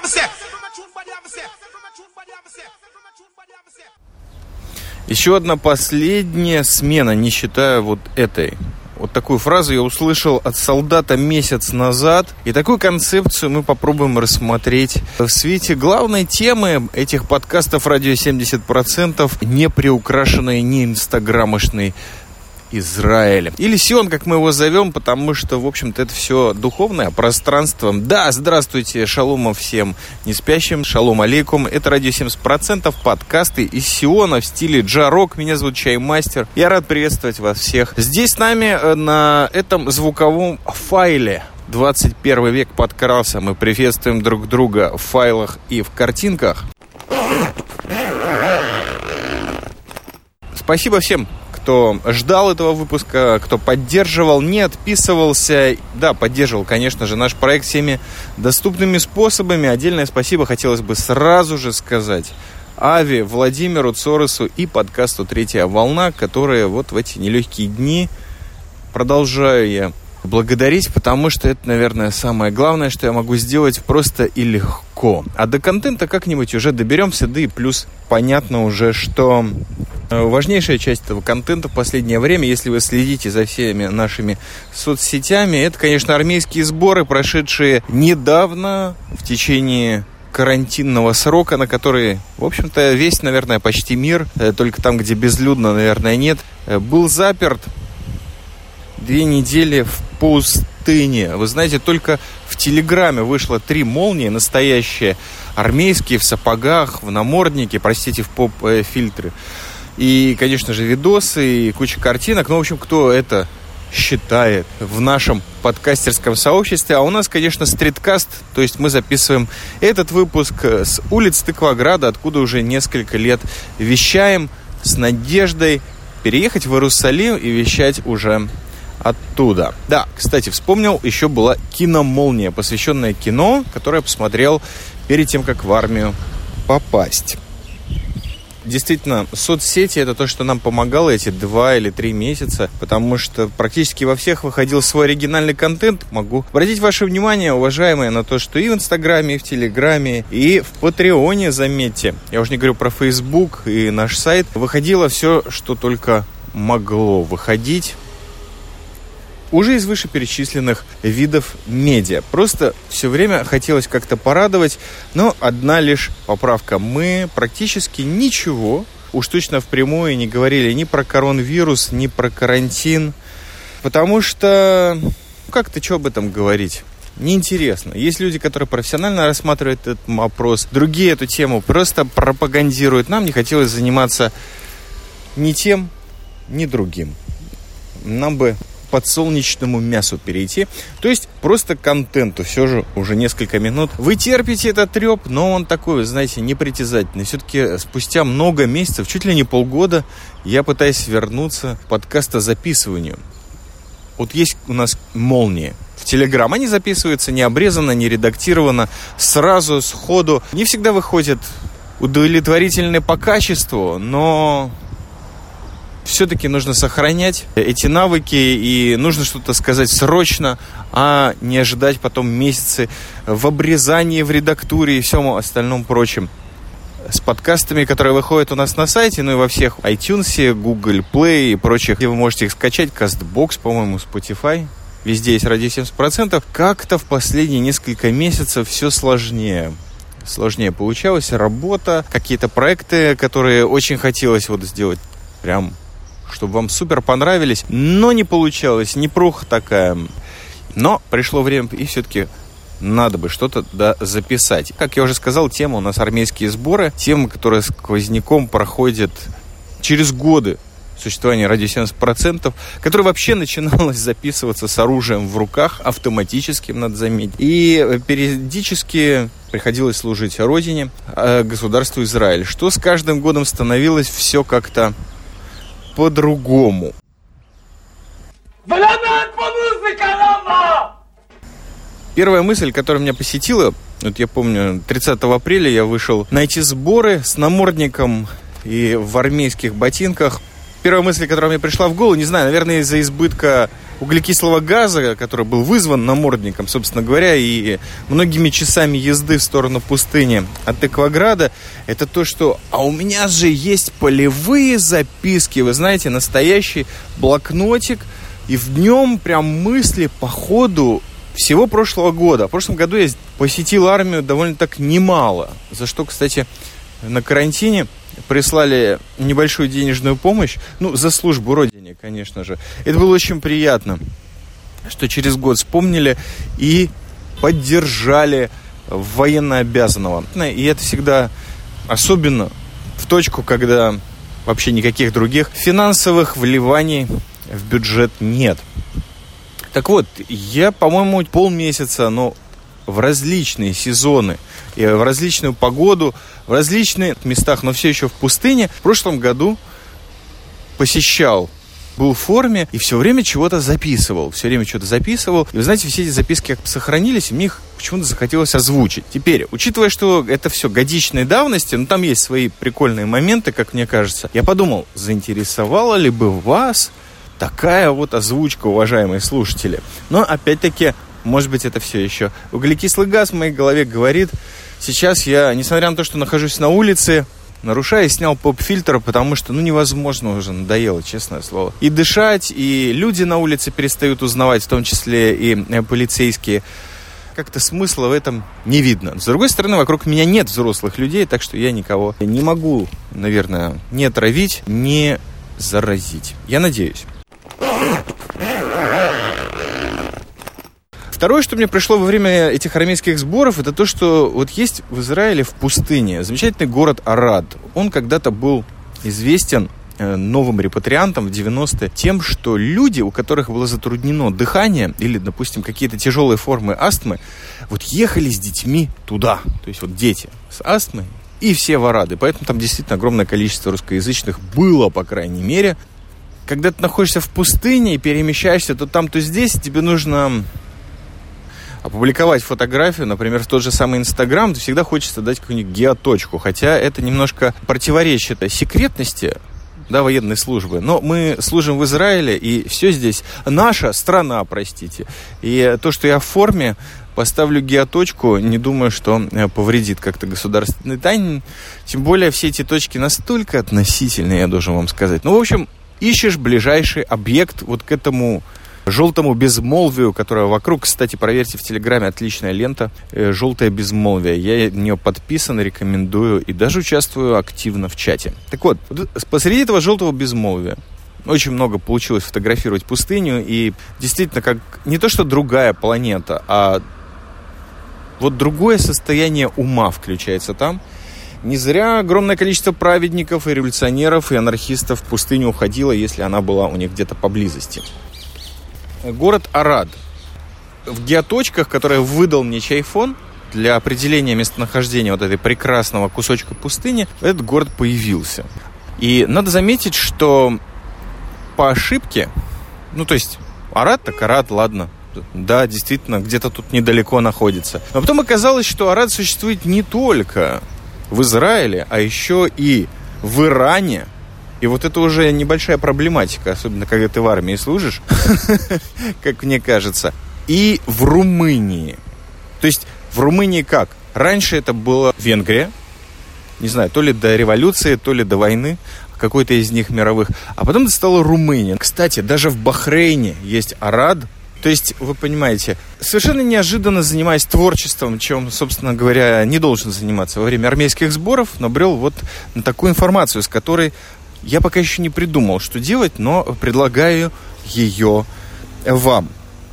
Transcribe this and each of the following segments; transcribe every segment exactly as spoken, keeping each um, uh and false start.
Еще одна последняя смена, не считая вот этой. Вот такую фразу я услышал от солдата месяц назад. И такую концепцию мы попробуем рассмотреть в свете главной темы этих подкастов «Радио семьдесят процентов», не приукрашенной, не инстаграмошной Израилем. Или Сион, как мы его зовем, потому что, в общем-то, это все духовное пространство. Да, здравствуйте, шаломом всем не спящим, шалом алейкум. Это радио семьдесят процентов, подкасты из Сиона в стиле джа-рок. Меня зовут Чаймастер. Я рад приветствовать вас всех. Здесь с нами на этом звуковом файле двадцать первый век подкрался. Мы приветствуем друг друга в файлах и в картинках. Спасибо всем, кто ждал этого выпуска, кто поддерживал, не отписывался. Да, поддерживал, конечно же, наш проект всеми доступными способами. Отдельное спасибо хотелось бы сразу же сказать Аве, Владимиру, Цоросу и подкасту «Третья волна», которые вот в эти нелегкие дни продолжаю я благодарить, потому что это, наверное, самое главное, что я могу сделать просто и легко. А до контента как-нибудь уже доберемся, да и плюс понятно уже, что важнейшая часть этого контента в последнее время, если вы следите за всеми нашими соцсетями, это, конечно, армейские сборы, прошедшие недавно в течение карантинного срока, на который, в общем-то, весь, наверное, почти мир, только там, где безлюдно, наверное, нет, был заперт. Две недели в пустыне. Вы знаете, только в Телеграме вышло три молнии настоящие, армейские, в сапогах, в наморднике, простите, в поп-фильтры. И, конечно же, видосы и куча картинок. Ну, в общем, кто это считает в нашем подкастерском сообществе. А у нас, конечно, стриткаст. То есть мы записываем этот выпуск с улиц Тыкваграда, откуда уже несколько лет вещаем с надеждой переехать в Иерусалим и вещать уже оттуда. Да, кстати, вспомнил, еще была киномолния, посвященная кино, которое я посмотрел перед тем, как в армию попасть. Действительно, соцсети — это то, что нам помогало эти два или три месяца, потому что практически во всех выходил свой оригинальный контент. Могу обратить ваше внимание, уважаемые, на то, что и в Инстаграме, и в Телеграме, и в Патреоне, заметьте, я уже не говорю про Фейсбук и наш сайт, выходило все, что только могло выходить уже из вышеперечисленных видов медиа. Просто все время хотелось как-то порадовать, но одна лишь поправка. Мы практически ничего, уж точно впрямую, не говорили ни про коронавирус, ни про карантин, потому что как-то что об этом говорить? Неинтересно. Есть люди, которые профессионально рассматривают этот вопрос, другие эту тему просто пропагандируют. Нам не хотелось заниматься ни тем, ни другим. Нам бы подсолнечному мясу перейти. То есть просто к контенту все же уже несколько минут. Вы терпите этот треп, но он такой, вы знаете, непритязательный. Все-таки спустя много месяцев, чуть ли не полгода, я пытаюсь вернуться к подкастозаписыванию. Вот есть у нас молнии в Телеграм. Они записываются не обрезанно, не редактировано, сразу, сходу. Не всегда выходят удовлетворительные по качеству, но все-таки нужно сохранять эти навыки, и нужно что-то сказать срочно, а не ожидать потом месяцы в обрезании, в редактуре и всем остальном прочем. С подкастами, которые выходят у нас на сайте, ну и во всех iTunes, Google Play и прочих, где вы можете их скачать, CastBox, по-моему, Spotify, везде есть радио семьдесят процентов, как-то в последние несколько месяцев все сложнее. Сложнее получалось, работа, какие-то проекты, которые очень хотелось вот сделать прям, чтобы вам супер понравились, но не получалось, непруха такая. Но пришло время, и все-таки надо бы что-то да, записать. Как я уже сказал, тема у нас армейские сборы, тема, которая сквозняком проходит через годы существования радио семьдесят процентов, которая вообще начиналась записываться с оружием в руках, автоматическим, надо заметить. И периодически приходилось служить родине, государству Израиль, что с каждым годом становилось все как-то по-другому. Первая мысль, которая меня посетила, вот я помню, тридцатого апреля я вышел на эти сборы с намордником и в армейских ботинках. Первая мысль, которая мне пришла в голову, не знаю, наверное, из-за избытка углекислого газа, который был вызван намордником, собственно говоря, и многими часами езды в сторону пустыни от Экваграда, это то, что «а у меня же есть полевые записки», вы знаете, настоящий блокнотик, и в нем прям мысли по ходу всего прошлого года. В прошлом году я посетил армию довольно так немало, за что, кстати, на карантине прислали небольшую денежную помощь, ну, за службу Родине, конечно же. Это было очень приятно, что через год вспомнили и поддержали военнообязанного. И это всегда особенно в точку, когда вообще никаких других финансовых вливаний в бюджет нет. Так вот, я, по-моему, полмесяца, но в различные сезоны, и в различную погоду, в различных местах, но все еще в пустыне, в прошлом году посещал, был в форме и все время чего-то записывал, все время что-то записывал. И вы знаете, все эти записки как сохранились, и мне их почему-то захотелось озвучить. Теперь, учитывая, что это все годичной давности, ну там есть свои прикольные моменты, как мне кажется, я подумал, заинтересовала ли бы вас такая вот озвучка, уважаемые слушатели. Но, опять-таки, может быть, это все еще углекислый газ в моей голове говорит. Сейчас я, несмотря на то, что нахожусь на улице, нарушая, снял поп-фильтр, потому что, ну, невозможно уже, надоело, честное слово. И дышать, и люди на улице перестают узнавать, в том числе и полицейские. Как-то смысла в этом не видно. С другой стороны, вокруг меня нет взрослых людей, так что я никого не могу, наверное, не отравить, не заразить. Я надеюсь. Второе, что мне пришло во время этих армейских сборов, это то, что вот есть в Израиле в пустыне замечательный город Арад. Он когда-то был известен новым репатриантам в девяностые тем, что люди, у которых было затруднено дыхание или, допустим, какие-то тяжелые формы астмы, вот ехали с детьми туда. То есть вот дети с астмой и все в Арады. Поэтому там действительно огромное количество русскоязычных было, по крайней мере. Когда ты находишься в пустыне и перемещаешься то там, то здесь, тебе нужно опубликовать фотографию, например, в тот же самый Инстаграм, то всегда хочется дать какую-нибудь геоточку, хотя это немножко противоречит секретности, да, военной службы. Но мы служим в Израиле, и все здесь наша страна, простите. И то, что я в форме, поставлю геоточку, не думаю, что повредит как-то государственной тайне. Тем более все эти точки настолько относительные, я должен вам сказать. Ну, в общем, ищешь ближайший объект вот к этому желтому безмолвию, которое вокруг, кстати, проверьте в Телеграме, отличная лента, э, желтое безмолвие. Я на нее подписан, рекомендую и даже участвую активно в чате. Так вот, посреди этого желтого безмолвия очень много получилось фотографировать пустыню, и действительно, как не то что другая планета, а вот другое состояние ума включается там. Не зря огромное количество праведников и революционеров и анархистов в пустыню уходило, если она была у них где-то поблизости. Город Арад. В геоточках, которые выдал мне Чайфон для определения местонахождения вот этой прекрасного кусочка пустыни, этот город появился. И надо заметить, что по ошибке, ну то есть Арад так Арад, ладно, да, действительно, где-то тут недалеко находится. Но потом оказалось, что Арад существует не только в Израиле, а еще и в Иране. И вот это уже небольшая проблематика, особенно когда ты в армии служишь, как мне кажется. И в Румынии. То есть в Румынии как? Раньше это была Венгрия, не знаю, то ли до революции, то ли до войны, какой-то из них мировых. А потом это стала Румыния. Кстати, даже в Бахрейне есть Арад. То есть, вы понимаете, совершенно неожиданно занимаясь творчеством, чем, собственно говоря, не должен заниматься во время армейских сборов, набрел вот на такую информацию, с которой я пока еще не придумал, что делать, но предлагаю ее вам.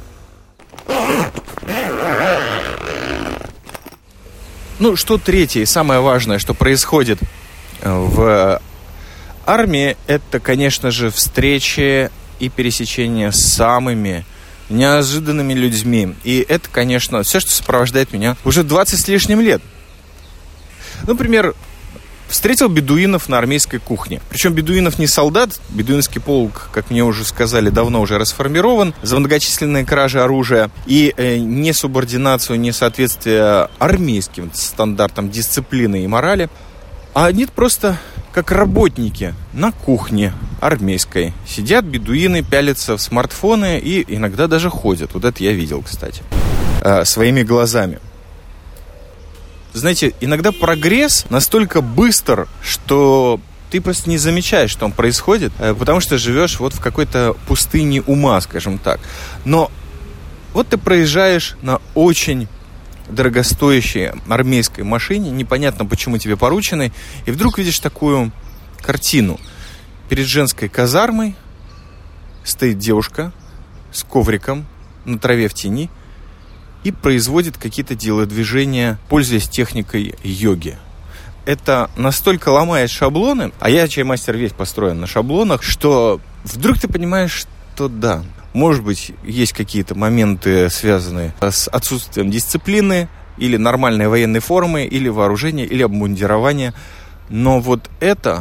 Ну, что третье и самое важное, что происходит в армии, это, конечно же, встречи и пересечения с самыми неожиданными людьми. И это, конечно, все, что сопровождает меня уже двадцать с лишним лет. Например, встретил бедуинов на армейской кухне. Причем бедуинов не солдат. Бедуинский полк, как мне уже сказали, давно уже расформирован за многочисленные кражи оружия и э, несубординацию, несоответствие армейским стандартам дисциплины и морали. А нет, просто как работники на кухне армейской. Сидят бедуины, пялятся в смартфоны и иногда даже ходят. Вот это я видел, кстати, своими глазами. Знаете, иногда прогресс настолько быстр, что ты просто не замечаешь, что он происходит, потому что живешь вот в какой-то пустыне ума, скажем так. Но вот ты проезжаешь на очень дорогостоящей армейской машине, непонятно, почему тебе порученной, и вдруг видишь такую картину. Перед женской казармой стоит девушка с ковриком на траве в тени и производит какие-то телодвижения, пользуясь техникой йоги. Это настолько ломает шаблоны, а я, чаймастер, весь построен на шаблонах, что вдруг ты понимаешь, что да, может быть, есть какие-то моменты, связанные с отсутствием дисциплины, или нормальной военной формы, или вооружения, или обмундирования. Но вот это,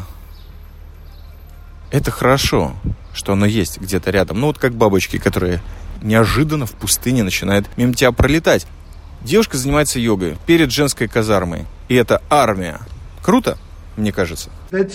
это хорошо, что оно есть где-то рядом. Ну вот как бабочки, которые неожиданно в пустыне начинают мимо тебя пролетать. Девушка занимается йогой перед женской казармой. И это армия. Круто, мне кажется.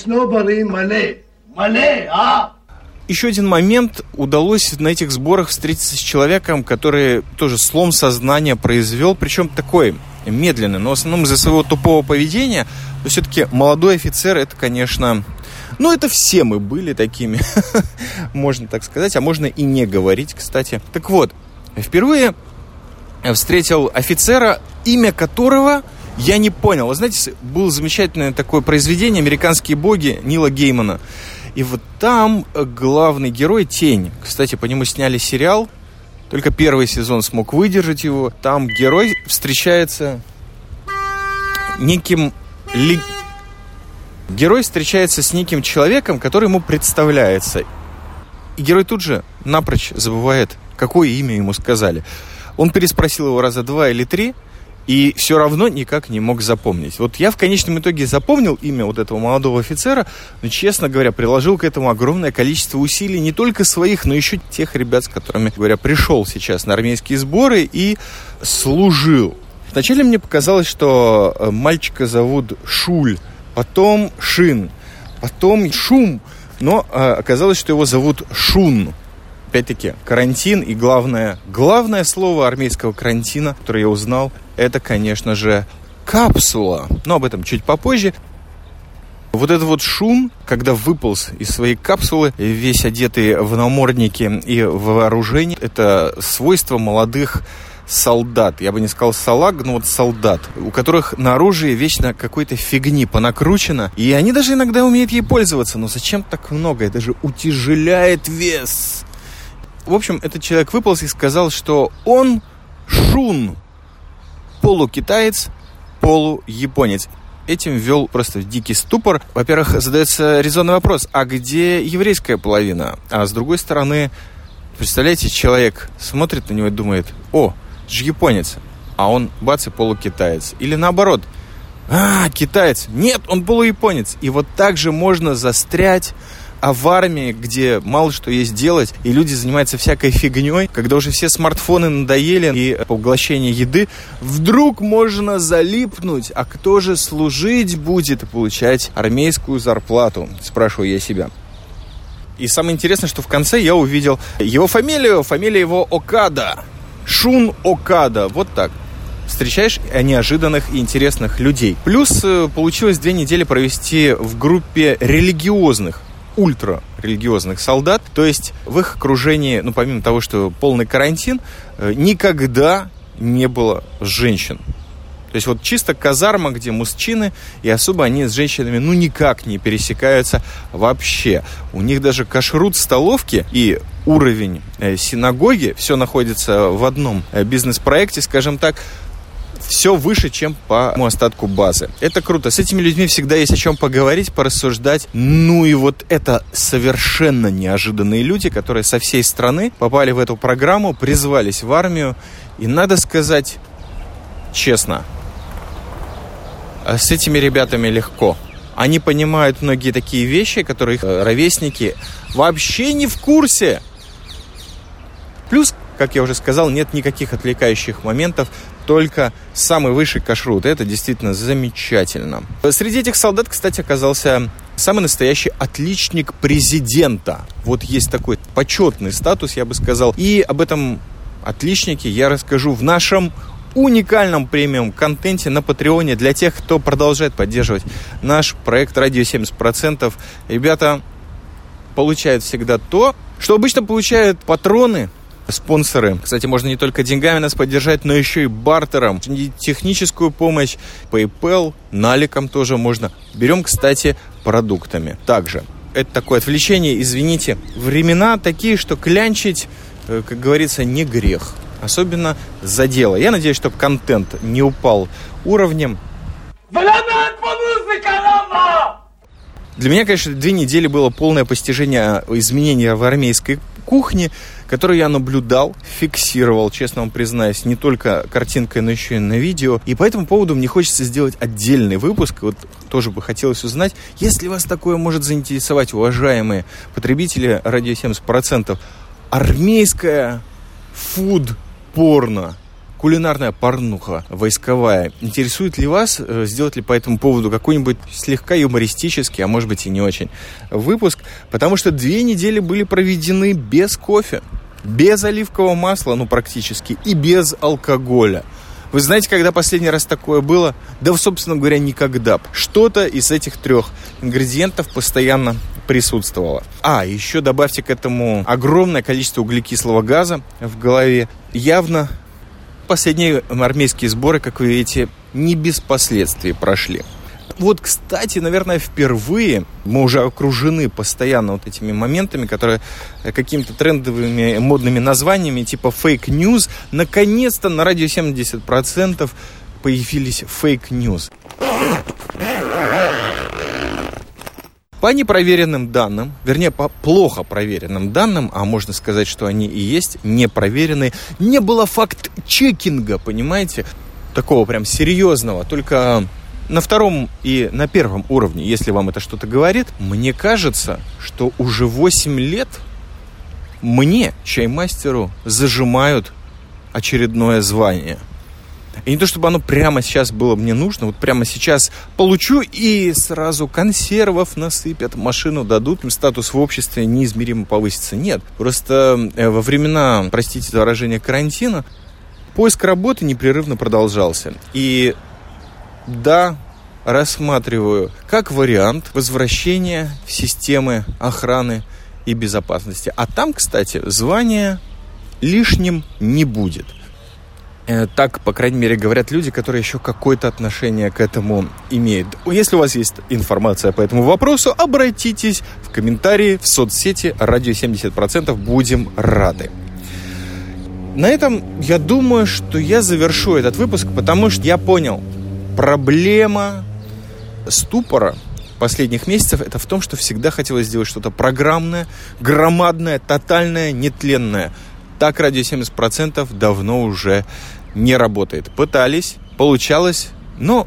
Еще один момент. Удалось на этих сборах встретиться с человеком, который тоже слом сознания произвел, причем такой медленный, но в основном из-за своего тупого поведения. Но все-таки молодой офицер, это, конечно... Ну, это все мы были такими, можно так сказать, а можно и не говорить, кстати. Так вот, впервые встретил офицера, имя которого я не понял. Вы знаете, было замечательное такое произведение «Американские боги» Нила Геймана. И вот там главный герой Тень. Кстати, по нему сняли сериал. Только первый сезон смог выдержать его. Там герой встречается неким... Ли... Герой встречается с неким человеком, который ему представляется. И герой тут же напрочь забывает, какое имя ему сказали. Он переспросил его раза два или три, и все равно никак не мог запомнить. Вот я в конечном итоге запомнил имя вот этого молодого офицера, но, честно говоря, приложил к этому огромное количество усилий, не только своих, но еще тех ребят, с которыми, говоря, пришел сейчас на армейские сборы и служил. Вначале мне показалось, что мальчика зовут Шуль, потом Шин, потом Шум, но э, оказалось, что его зовут Шун. Опять-таки, карантин и главное, главное слово армейского карантина, которое я узнал, это, конечно же, капсула. Но об этом чуть попозже. Вот этот вот Шун, когда выполз из своей капсулы, весь одетый в намордники и в вооружение, это свойство молодых солдат. Я бы не сказал салаг, но вот солдат, у которых на оружии вечно какой-то фигни понакручено. И они даже иногда умеют ей пользоваться. Но зачем так много? Это же утяжеляет вес. В общем, этот человек выполз и сказал, что он Шун, полукитаец, полуяпонец. Этим ввел просто в дикий ступор. Во-первых, задается резонный вопрос, а где еврейская половина? А с другой стороны, представляете, человек смотрит на него и думает, о, это же японец, а он, бац, и полукитаец. Или наоборот, а, китаец, нет, он полуяпонец. И вот так же можно застрять. А в армии, где мало что есть делать, и люди занимаются всякой фигней, когда уже все смартфоны надоели и поглощение еды, вдруг можно залипнуть, а кто же служить будет и получать армейскую зарплату, спрашиваю я себя. И самое интересное, что в конце я увидел его фамилию, фамилия его Окада, Шун Окада, вот так. Встречаешь неожиданных и интересных людей. Плюс получилось две недели провести в группе религиозных, ультрарелигиозных солдат, то есть в их окружении, ну, помимо того, что полный карантин, никогда не было женщин. То есть вот чисто казарма, где мужчины, и особо они с женщинами, ну, никак не пересекаются вообще. У них даже кашрут столовки и уровень синагоги, все находится в одном бизнес-проекте, скажем так, все выше, чем по остатку базы. Это круто. С этими людьми всегда есть о чем поговорить, порассуждать. Ну и вот это совершенно неожиданные люди, которые со всей страны попали в эту программу, призвались в армию. И надо сказать честно, с этими ребятами легко. Они понимают многие такие вещи, которые их ровесники вообще не в курсе. Плюс, как я уже сказал, нет никаких отвлекающих моментов. только самый высший кашрут. Это действительно замечательно. Среди этих солдат, кстати, оказался самый настоящий отличник президента. Вот есть такой почетный статус, я бы сказал. И об этом отличнике я расскажу в нашем уникальном премиум-контенте на Патреоне для тех, кто продолжает поддерживать наш проект «Радио семьдесят процентов». Ребята получают всегда то, что обычно получают патроны, спонсоры. Кстати, можно не только деньгами нас поддержать, но еще и бартером. И техническую помощь, PayPal, наликом тоже можно. Берем, кстати, продуктами. Также это такое отвлечение, извините. Времена такие, что клянчить, как говорится, не грех. Особенно за дело. Я надеюсь, чтобы контент не упал уровнем. Для меня, конечно, две недели было полное постижение изменения в армейской кухне, которую я наблюдал, фиксировал, честно вам признаюсь, не только картинкой, но еще и на видео. И по этому поводу мне хочется сделать отдельный выпуск. Вот тоже бы хотелось узнать, если вас такое может заинтересовать, уважаемые потребители «Радио семьдесят процентов», армейская фуд-порно, кулинарная порнуха войсковая. Интересует ли вас, сделать ли по этому поводу какой-нибудь слегка юмористический, а может быть и не очень, выпуск? Потому что две недели были проведены без кофе, без оливкового масла, ну практически, и без алкоголя. Вы знаете, когда последний раз такое было? Да, собственно говоря, никогда. Что-то из этих трех ингредиентов постоянно присутствовало. А, еще добавьте к этому огромное количество углекислого газа в голове. Явно последние армейские сборы, как вы видите, не без последствий прошли. Вот, кстати, наверное, впервые мы уже окружены постоянно вот этими моментами, которые какими-то трендовыми модными названиями, типа фейк-ньюс. Наконец-то на радио семьдесят процентов появились фейк-ньюс. По непроверенным данным, вернее, по плохо проверенным данным, а можно сказать, что они и есть непроверенные, не было факт-чекинга, понимаете, такого прям серьезного, только на втором и на первом уровне, если вам это что-то говорит. Мне кажется, что уже восемь лет мне, чаймастеру, зажимают очередное звание. И не то, чтобы оно прямо сейчас было мне нужно, вот прямо сейчас получу и сразу консервов насыпят, машину дадут, им статус в обществе неизмеримо повысится. Нет, просто во времена, простите за выражение, карантина, поиск работы непрерывно продолжался. И да, рассматриваю как вариант возвращения в системы охраны и безопасности. А там, кстати, звание лишним не будет. Так, по крайней мере, говорят люди, которые еще какое-то отношение к этому имеют. Если у вас есть информация по этому вопросу, обратитесь в комментарии в соцсети «Радио семьдесят процентов». Будем рады. На этом, я думаю, что я завершу этот выпуск, потому что я понял, проблема ступора последних месяцев — это в том, что всегда хотелось сделать что-то программное, громадное, тотальное, нетленное. Так радио семьдесят процентов давно уже не работает. Пытались, получалось, но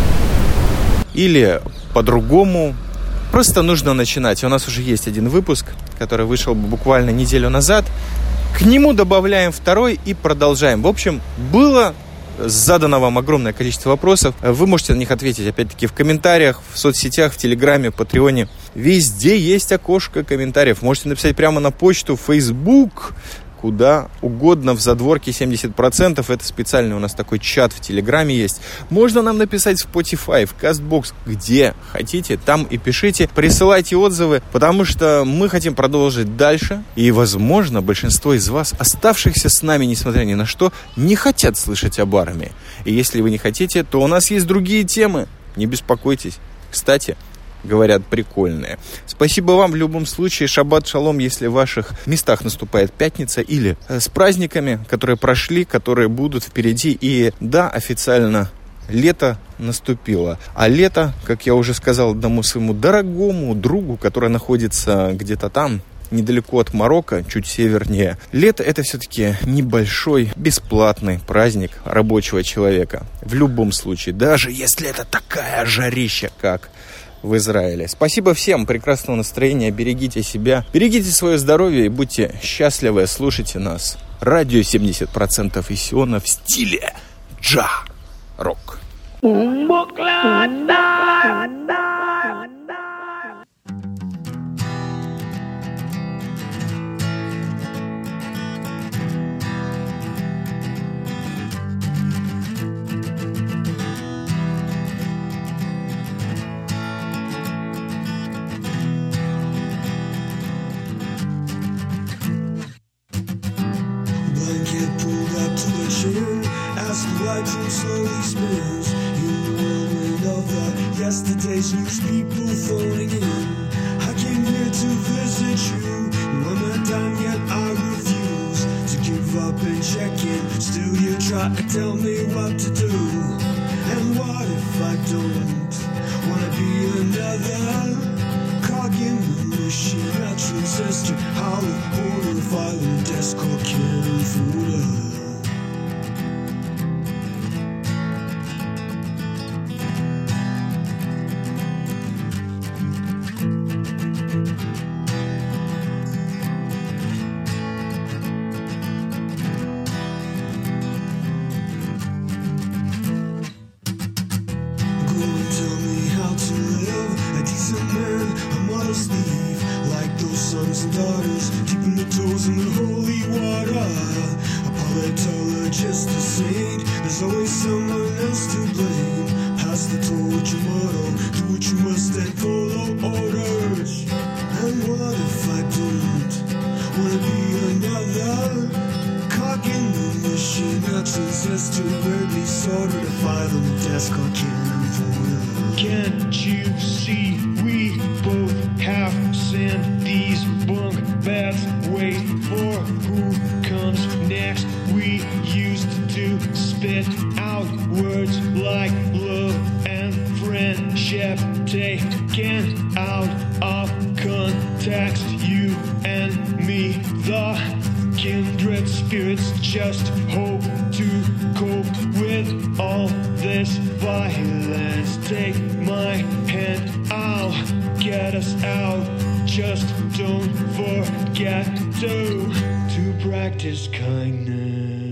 или по-другому. Просто нужно начинать. У нас уже есть один выпуск, который вышел буквально неделю назад. К нему добавляем второй и продолжаем. В общем, было задано вам огромное количество вопросов. Вы можете на них ответить, опять-таки, в комментариях, в соцсетях, в Телеграме, Патреоне. Везде есть окошко комментариев. Можете написать прямо на почту, в Facebook, куда угодно, в задворке семьдесят процентов. Это специальный у нас такой чат в Телеграме есть. Можно нам написать в Spotify, в CastBox, где хотите, там и пишите. Присылайте отзывы, потому что мы хотим продолжить дальше. И, возможно, большинство из вас, оставшихся с нами, несмотря ни на что, не хотят слышать об армии. И если вы не хотите, то у нас есть другие темы. Не беспокойтесь. Кстати, говорят, прикольные. Спасибо вам в любом случае. Шаббат шалом, если в ваших местах наступает пятница, или с праздниками, которые прошли, которые будут впереди. И да, официально лето наступило. А лето, как я уже сказал одному своему дорогому другу, который находится где-то там, недалеко от Марокко, чуть севернее. Лето — это все-таки небольшой, бесплатный праздник рабочего человека. В любом случае, даже если это такая жарища, как в Израиле. Спасибо всем, прекрасного настроения, берегите себя, берегите свое здоровье и будьте счастливы, слушайте нас. Радио семьдесят процентов и Сиона в стиле Джа-рок. Blanket pulled up to the chin, as the white room slowly spins. In the whirlwind of the yesterday's news, people phoning in. I came here to visit you. You are not done yet, I refuse to give up and check in. Still you try to tell me what to do. And what if I don't wanna be another cog in the machine? A transistor, how a border violent desk or cannon fooder. Can't you see we both have sinned? These bunk beds wait for who comes next. We used to spit out words like love and friendship, taken out of context. You and me, the kindred spirits, just hope to cope with all this violence. Take my hand, I'll get us out. Just don't forget to to practice kindness.